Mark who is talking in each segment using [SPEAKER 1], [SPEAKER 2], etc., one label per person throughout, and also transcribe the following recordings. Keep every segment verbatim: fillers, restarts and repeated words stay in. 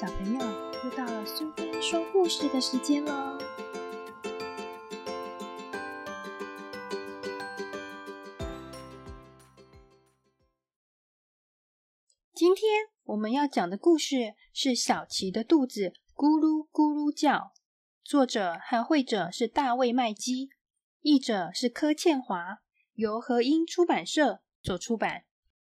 [SPEAKER 1] 小朋友，又到了苏菲说故事的时间咯。今天我们要讲的故事是小琪的肚子咕噜咕噜叫，作者和绘者是大卫麦基，译者是柯倩华，由和音出版社做出版。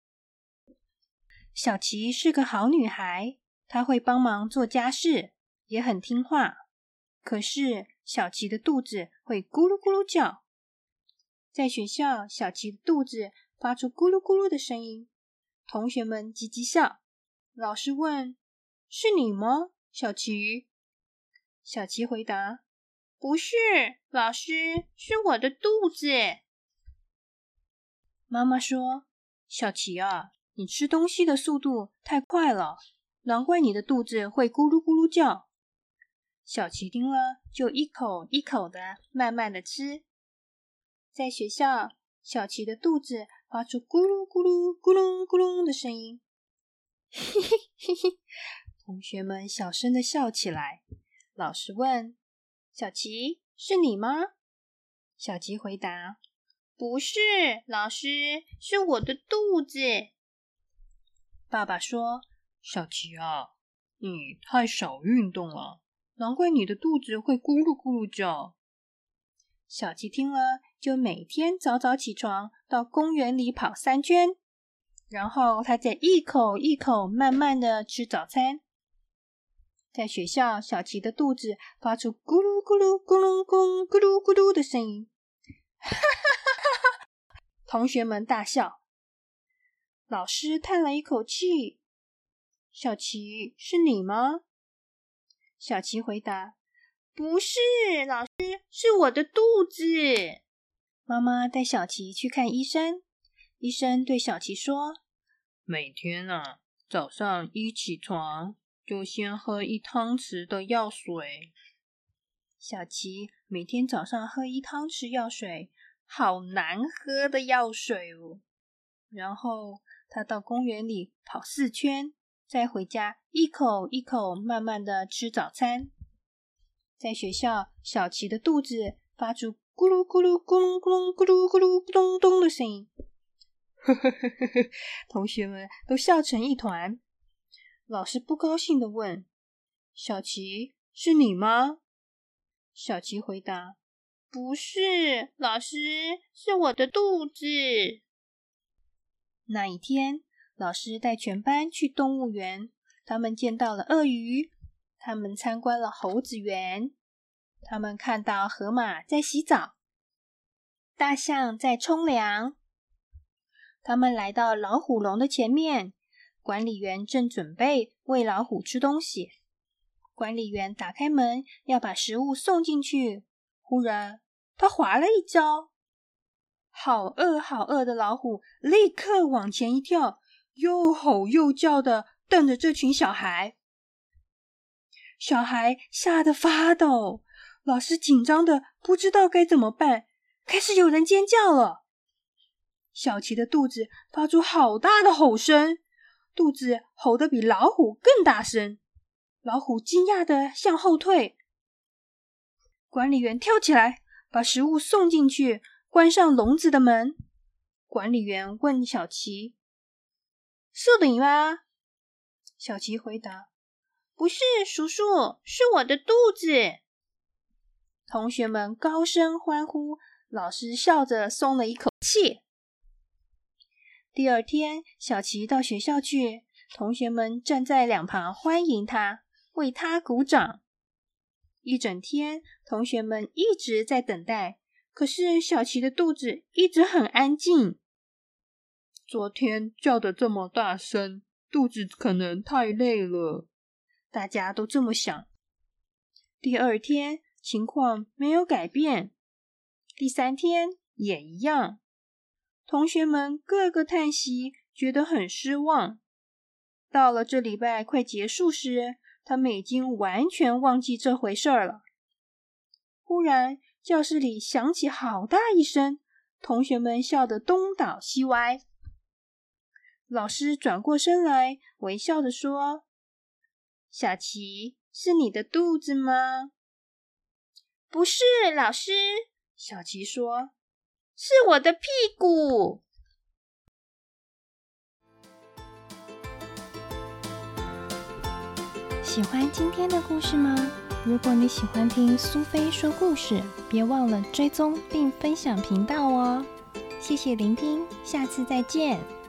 [SPEAKER 1] 小琪是个好女孩，她会帮忙做家事，也很听话。可是小琪的肚子会咕噜咕噜叫。在学校，小琪的肚子发出咕噜咕噜的声音，同学们叽叽笑。老师问：是你吗，小琪？小琪回答：不是，老师，是我的肚子。妈妈说：小琪啊，你吃东西的速度太快了，难怪你的肚子会咕噜咕噜叫。小琪听了，就一口一口的慢慢的吃。在学校，小琪的肚子发出咕噜咕噜咕隆咕隆的声音，嘿嘿嘿嘿，同学们小声的笑起来。老师问：小琪，是你吗？小琪回答：不是，老师，是我的肚子。爸爸说：小琪啊，你太少运动了，难怪你的肚子会咕噜咕噜叫。小琪听了，就每天早早起床，到公园里跑三圈，然后他再一口一口慢慢的吃早餐。在学校，小琪的肚子发出咕噜咕噜咕隆咕咕噜咕噜的声音，哈哈哈哈！同学们大笑。老师叹了一口气：小琪，是你吗？小琪回答：不是，老师，是我的肚子。妈妈带小琪去看医生，医生对小琪说：每天啊，早上一起床就先喝一汤匙的药水。小琪每天早上喝一汤匙药水，好难喝的药水哦。然后他到公园里跑四圈，再回家一口一口慢慢的吃早餐。在学校，小琪的肚子发出咕噜咕噜咕隆咕隆咕噜咕噜咕咚咚的声音，呵呵呵呵呵，同学们都笑成一团。老师不高兴地问：小琪，是你吗？小琪回答：不是，老师，是我的肚子。那一天，老师带全班去动物园，他们见到了鳄鱼，他们参观了猴子园，他们看到河马在洗澡，大象在冲凉。他们来到老虎笼的前面，管理员正准备喂老虎吃东西。管理员打开门要把食物送进去，忽然他滑了一跤，好饿好饿的老虎立刻往前一跳，又吼又叫的瞪着这群小孩。小孩吓得发抖，老师紧张的不知道该怎么办，开始有人尖叫了。小琪的肚子发出好大的吼声，肚子吼得比老虎更大声。老虎惊讶的向后退。管理员跳起来，把食物送进去，关上笼子的门。管理员问小琪：是你吗？小琪回答：不是，叔叔，是我的肚子。同学们高声欢呼，老师笑着松了一口气。第二天，小琪到学校去，同学们站在两旁欢迎他，为他鼓掌。一整天，同学们一直在等待，可是小琪的肚子一直很安静。昨天叫得这么大声，肚子可能太累了，大家都这么想。第二天，情况没有改变，第三天也一样。同学们个个叹息，觉得很失望。到了这礼拜快结束时，他们已经完全忘记这回事儿了。忽然，教室里响起好大一声，同学们笑得东倒西歪。老师转过身来，微笑地说： 小琪，是你的肚子吗？
[SPEAKER 2] 不是，老师。
[SPEAKER 1] 小琪说，
[SPEAKER 2] 是我的屁股。
[SPEAKER 3] 喜欢今天的故事吗？如果你喜欢听苏菲说故事，别忘了追踪并分享频道哦。谢谢聆听，下次再见。